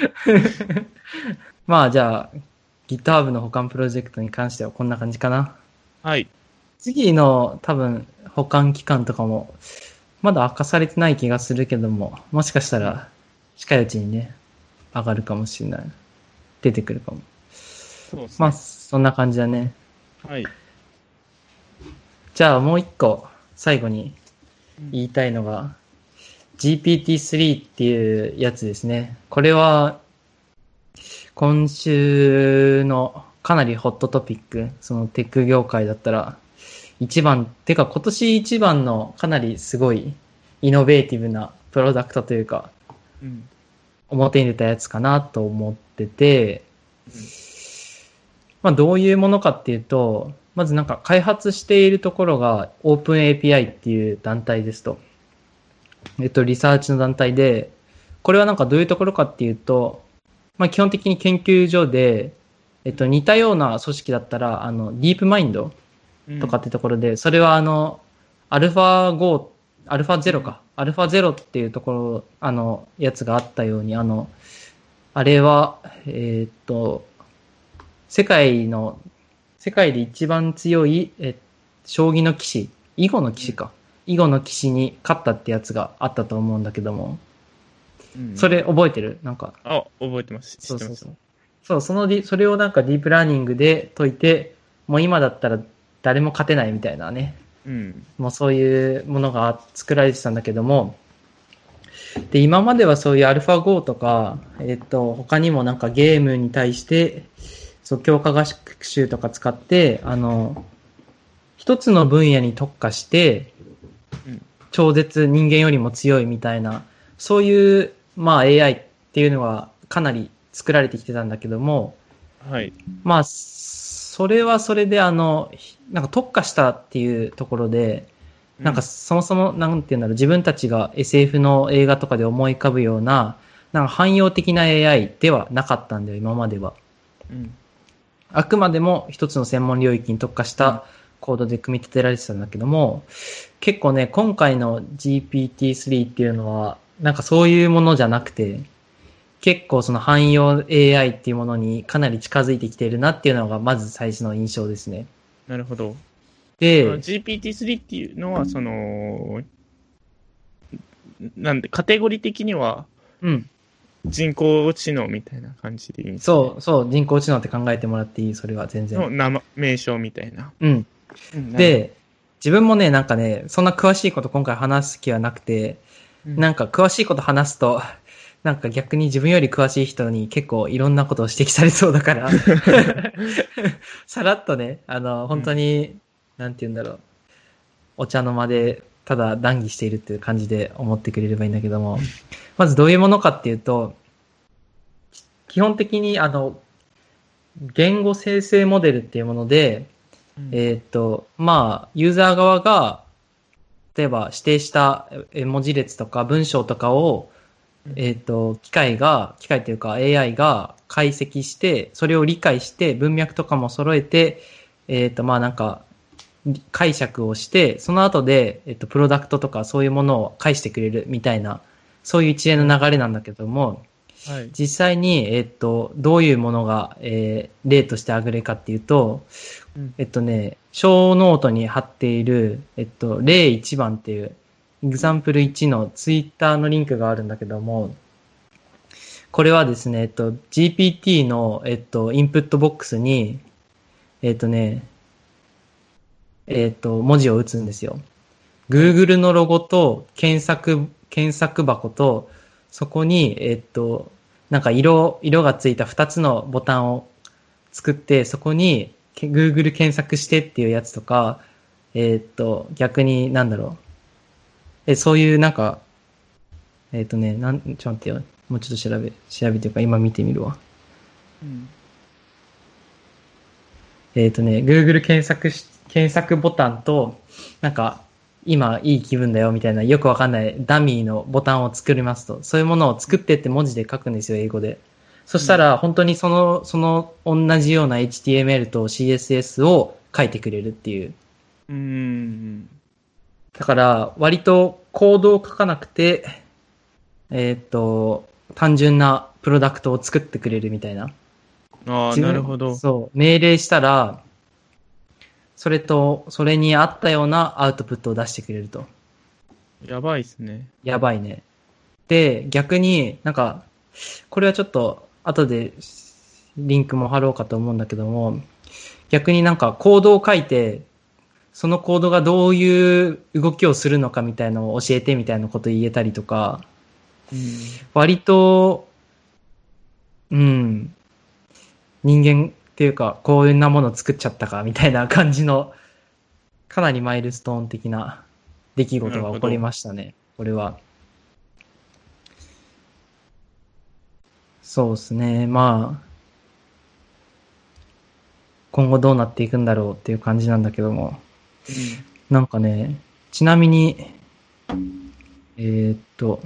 まあ、じゃあ、GitHub の保管プロジェクトに関してはこんな感じかな。 はい。 次の多分保管期間とかも、まだ明かされてない気がするけども、もしかしたら近いうちにね、上がるかもしれない。出てくるかも。 そうですね。 まあ、そんな感じだね。 はい。 じゃあもう一個、最後に言いたいのが、うん、ジーピーティースリー っていうやつですね。これは、今週のかなりホットトピック、そのテック業界だったら、一番、てか今年一番のかなりすごいイノベーティブなプロダクトというか、うん、表に出たやつかなと思ってて、うん、まあどういうものかっていうと、まずなんか開発しているところが OpenAPI っていう団体ですと。えっと、リサーチの団体で、これはなんかどういうところかっていうと、まあ基本的に研究所で、えっと似たような組織だったら、あの、ディープマインドとかってところで、うん、それはあの、アルファご、アルファゼロか。アルファゼロっていうところ、あの、やつがあったように、あの、あれは、えー、っと、世界の、世界で一番強い、え、将棋の棋士、囲碁の棋士か。囲碁の棋士に勝ったってやつがあったと思うんだけども、うん、それ覚えてる？なんか。 あ、覚えてます。 そうそうそう。そう、そのディ、それをなんかディープラーニングで解いて、もう今だったら誰も勝てないみたいなね。うん。もうそういうものが作られてたんだけども、で、今まではそういうアルファごとか、えっと、他にもなんかゲームに対して、そう、強化学習とか使って、あの、一つの分野に特化して、超絶人間よりも強いみたいな、そういう、まあ エーアイ っていうのはかなり作られてきてたんだけども、 はい。 まあ、それはそれであの、なんか特化したっていうところで、なんかそもそも、なんていうんだろう、自分たちが エスエフ の映画とかで思い浮かぶような、なんか汎用的な エーアイ ではなかったんだよ、今までは。うん、あくまでも一つの専門領域に特化したコードで組み立てられてたんだけども、結構ね、今回の ジーピーティースリー っていうのは、なんかそういうものじゃなくて、結構その汎用 エーアイ っていうものにかなり近づいてきているなっていうのがまず最初の印象ですね。 なるほど。 で、 ジーピーティースリー っていうのは、その、なんで、カテゴリー的には、うん。人工知能みたいな感じでいいんですか、ね、 そう、そう、人工知能って考えてもらっていい、それは全然。 の名名称みたいな。 うん。うん、で、自分もね、なんかね、そんな詳しいこと今回話す気はなくて、うん、なんか詳しいこと話すと、なんか逆に自分より詳しい人に結構いろんなことを指摘されそうだから、さらっとね、あの、本当に、うん、なんて言うんだろう、お茶の間でただ談義しているっていう感じで思ってくれればいいんだけども、まずどういうものかっていうと、基本的にあの、言語生成モデルっていうもので、うん、えっと、まあ、ユーザー側が、例えば指定した文字列とか文章とかを、えっと、機械が、機械というか エーアイ が解析して、それを理解して、文脈とかも揃えて、えっと、まあなんか、解釈をして、その後で、えっと、プロダクトとかそういうものを返してくれるみたいなそういう一連の流れなんだけども、 はい。 実際に、えっと、どういうものが、えー例として挙げるかっていうと、 うん。 えっとね、小ノートに貼っている、えっと、例いちばんっていう、エグザンプルいちのツイッターのリンクがあるんだけども、これはですね、えっと、ジーピーティー の、えっと、インプットボックスに、えっとね、えっと、文字を打つんですよ。 はい。 Google のロゴと検索、検索箱と、そこに、えっと、なんか色、色がついたふたつのボタンを作って、そこに Google 検索してっていうやつとか、えっと、逆になんだろう。え、そういうなんか、えっとね、なん、ちょっと待ってよ。もうちょっと調べ、調べていうか今見てみるわ。 うん。 えっとね、Google 検索し、検索ボタンと、なんか、今いい気分だよみたいなよくわかんないダミーのボタンを作りますと。そういうものを作ってって文字で書くんですよ、英語で。そうん。 したら、本当にその、その同じような エイチティーエムエル と シーエスエス を書いてくれるっていう。 うーん。 だから、割とコードを書かなくて、えっと、単純なプロダクトを作ってくれるみたいな。 ああ、 自分、 なるほど。 そう、命令したら、それと、それに合ったようなアウトプットを出してくれると。 やばいっすね。 やばいね。で、逆になんか、これはちょっと後でリンクも貼ろうかと思うんだけども、逆になんかコードを書いて、そのコードがどういう動きをするのかみたいなのを教えてみたいなこと言えたりとか、 うん。 割と、うん、人間っていうか、こういうなものを作っちゃったかみたいな感じの、かなりマイルストーン的な出来事が起こりなるほど。 ましたね。これは。そうですね。まあ、今後どうなっていくんだろうっていう感じなんだけども。 うん。 なんかね、ちなみに、えーっと、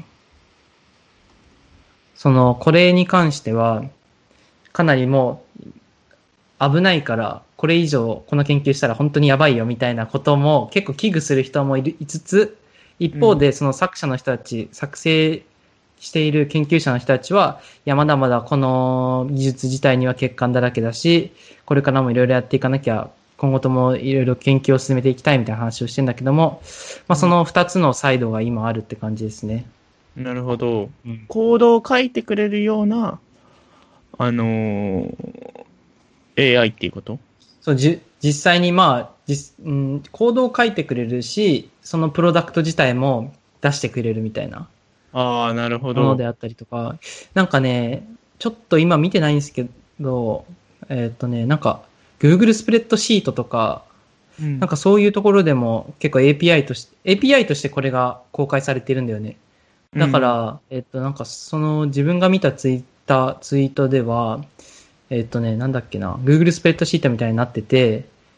その、これに関しては、かなりもう危ないから、これ以上この研究したら本当にやばいよみたいなことも結構危惧する人もいるいつつ、一うん。 方でその作者の人たち、作成している研究者の人たちは、いや、まだまだこの技術自体には欠陥だらけだし、これからもいろいろやっていかなきゃ、今後ともいろいろ研究を進めていきたいみたいな話をしてんだけども、まあ、そうん。 の二つのサイドが今あるって感じですね。 なるほど。 うん。 コードを書いてくれるような、あのー エーアイ っていうこと？ そう、じ、実際にまあ、実、うん、コードを書いてくれるし、そのプロダクト自体も出してくれるみたいなああ、なるほど。 ものであったりとか、なんかね、ちょっと今見てないんですけど、えーっとね、なんか、Google スプレッドシートとか、 うん。 なんかそういうところでも結構 エーピーアイ として、エーピーアイ としてこれが公開されてるんだよね。だかうん。 ら、えっと、なんかその自分が見たツイッター、ツイートでは、えっとね、なんだっけな、Google スプレッドシートみたいになってて、 うん。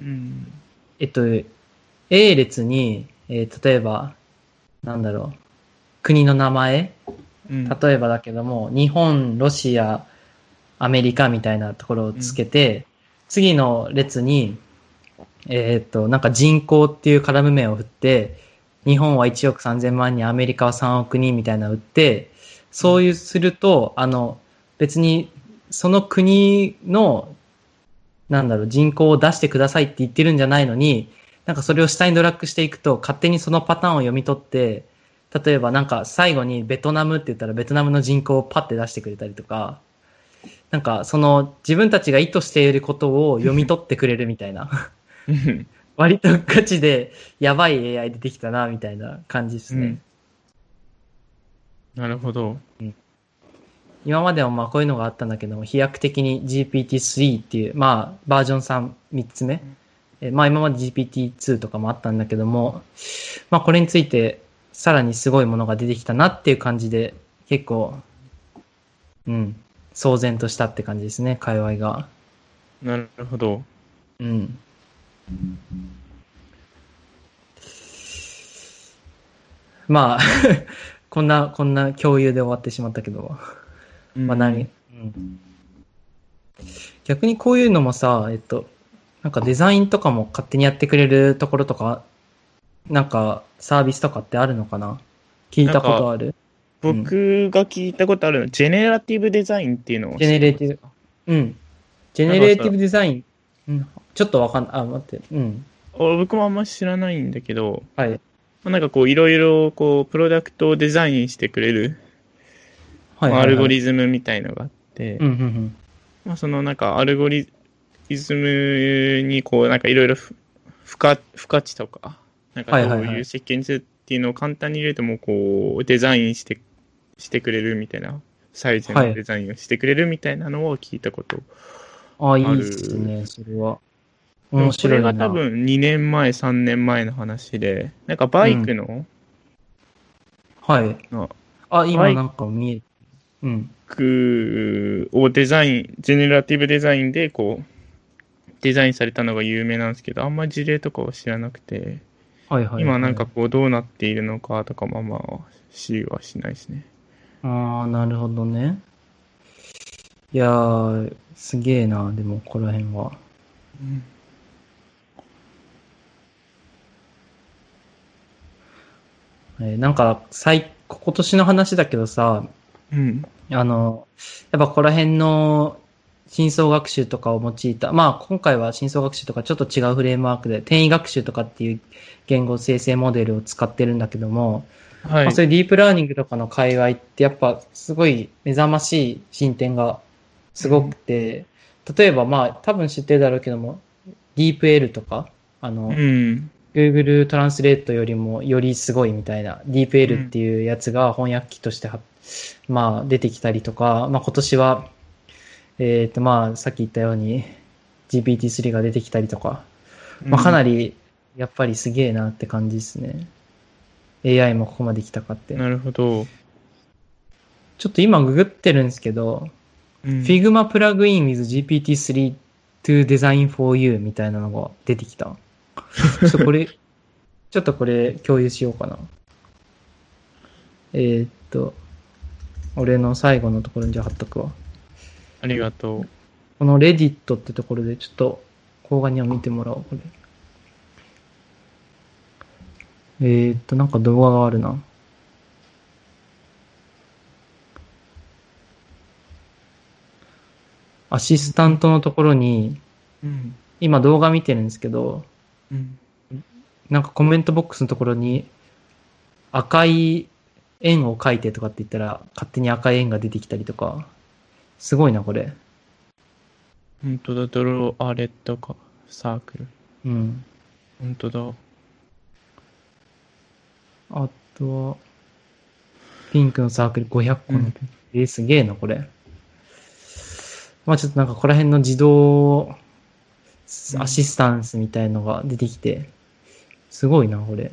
えっと、A 列に、えー例えば、なんだろう、国の名前、 うん。 例えばだけども、日本、ロシア、アメリカみたいなところをつうん。 けて、次の列に、えーっと、なんか人口っていうカラム名を振って、日本はいちおくさんぜんまん人、アメリカはさんおく人みたいなのを打って、 うん。 そういうすると、あの、別に、その国の、なんだろう、人口を出してくださいって言ってるんじゃないのに、なんかそれを下にドラッグしていくと、勝手にそのパターンを読み取って、例えばなんか最後にベトナムって言ったらベトナムの人口をパッて出してくれたりとか、なんかその自分たちが意図していることを読み取ってくれるみたいな。 うん。 割とガチでやばい エーアイ 出てきたな、みたいな感じですね。 うん。なるほど。 うん、今まではまあこういうのがあったんだけども、飛躍的に ジーピーティースリー っていう、まあバージョンさん、みっつめ。えまあ今まで ジーピーティーツー とかもあったんだけども、まあこれについてさらにすごいものが出てきたなっていう感じで、結構、うん、騒然としたって感じですね、界隈が。 なるほど。 うん。まあこんな、こんな共有で終わってしまったけど、 うまあ何、 ん。 うん、逆にこういうのもさ、えっと、なんかデザインとかも勝手にやってくれるところとか、なんかサービスとかってあるのかな？聞いたこなんか、 とある？ 僕が聞いたことあるのは、ジェネラティブデザインっていうのを。 ジェネレーティブ。うん。ジェネレーティブデザイン。うん。ちょっとわかんない。あ、待って。うん。 僕もあんま知らないんだけど、 はい。 なんかこう、いろいろ、こう、プロダクトをデザインしてくれる、 はいはいはい、 アルゴリズムみたいのがあって、 うんうんうん、 まあ、そのなんかアルゴリズムにこうなんかいろいろ付加付加値とかなんかどういう設計にするっていうのを簡単に入れてもこうデザインしてしてくれるみたいなサイズのデザインをしてくれるみたいなのを聞いたことある。 ああ、いいですね、それは。面白いな。 これが多分にねんまえ、さんねんまえの話で、なんかバイクの、うん、 はい。あ、今なんか見える。うん。 をデザイン、ジェネラティブデザインでこう、デザインされたのが有名なんですけど、あんまり事例とかは知らなくて、 はいはいはい、 今なんかこうどうなっているのかとかもあんま知りはしないですね。 ああ、なるほどね。いやー、すげえな、でもこの辺は。うんえー、なんか、最、今年の話だけどさ、 うん。 あの、やっぱここら辺の深層学習とかを用いた、まあ今回は深層学習とかちょっと違うフレームワークで転移学習とかっていう言語生成モデルを使ってるんだけども、はい、まあ、そういうディープラーニングとかの界隈ってやっぱすごい目覚ましい進展がすごくて、うん、例えばまあ多分知ってるだろうけども、ディープエルとか、あの、うん、Google トランスレートよりもよりすごいみたいな ディープエル っていうやつが翻訳機としてまあ出てきたりとか、まあ今年は、えっとまあさっき言ったように ジーピーティースリー が出てきたりとか、まあかなりやっぱりすげえなって感じですね。エーアイ もここまで来たかって。 なるほど。 ちょっと今ググってるんですけど、うん、Figma プラグイン with ジーピーティースリー to design for you みたいなのが出てきた。ちょっとこれ、ちょっとこれ共有しようかな。えー、っと、俺の最後のところにじゃあ貼っとくわ。 ありがとう。 この Reddit ってところでちょっと、甲賀には見てもらおう、これ。えー、っと、なんか動画があるな。アシスタントのところに、うん、今動画見てるんですけど、うん、なんかコメントボックスのところに赤い円を描いてとかって言ったら勝手に赤い円が出てきたりとか、すごいなこれ。 本当だ、ドローアレットか、サークル。うん。本当だ。 あとは、ピンクのサークルごひゃっこの、うん、えー、すげえなこれ。まあちょっとなんかここら辺の自動アシスタンスみたいのが出てきて、すごいな、これ。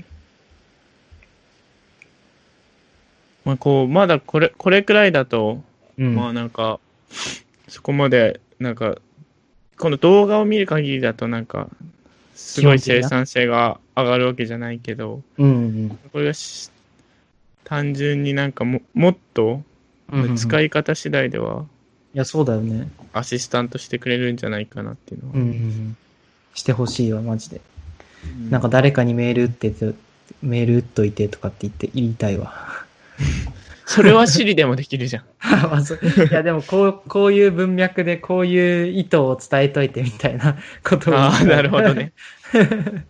まあこう、まだこれ、これくらいだと、うん、まあなんか、そこまで、なんか、この動画を見る限りだとなんか、すごい生産性が上がるわけじゃないけど、うんうん、これが単純になんかも、もっと、使い方次第では、うんうんうん、 いや、そうだよね。 アシスタントしてくれるんじゃないかなっていうのは。うんうん、 してほしいわ、マジで。うん、なんか誰かにメール打ってて、メール打っといてとかって言って言いたいわ。 それはシリでもできるじゃん。 いや、でもこう、こういう文脈でこういう意図を伝えといてみたいなことを。 ああ、なるほどね。確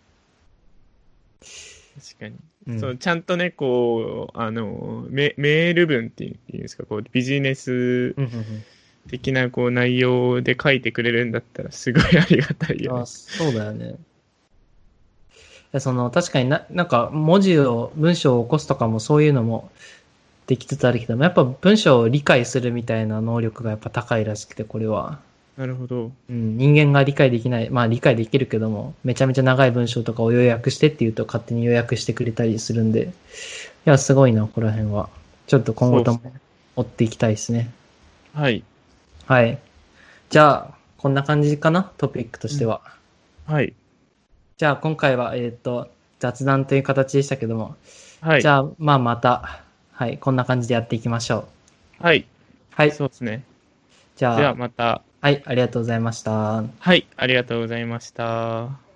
かに。うん、そうちゃんとね、こう、あの、メメール文っていうんですか、こう、ビジネス的なこう内容で書いてくれるんだったら、すごいありがたいよね。 あ、そうだよね。その、確かにな、なんか、文字を、文章を起こすとかもそういうのもできつつあるけども、やっぱ文章を理解するみたいな能力がやっぱ高いらしくて、これは。 なるほど。 うん、人間が理解できない、まあ理解できるけども、めちゃめちゃ長い文章とかを要約してって言うと勝手に要約してくれたりするんで、いや、すごいな、ここら辺は。ちょっと今後とも追っていきたいですね。 はい。 はい。じゃあ、こんな感じかな、トピックとしては。 うん、はい。 じゃあ、今回は、えっと、雑談という形でしたけども、 はい。 じゃあ、まあまた、はい、こんな感じでやっていきましょう。はい。 はい。 そうですね。 じゃあ、 ではまた。 はい、ありがとうございました。 はい、ありがとうございました。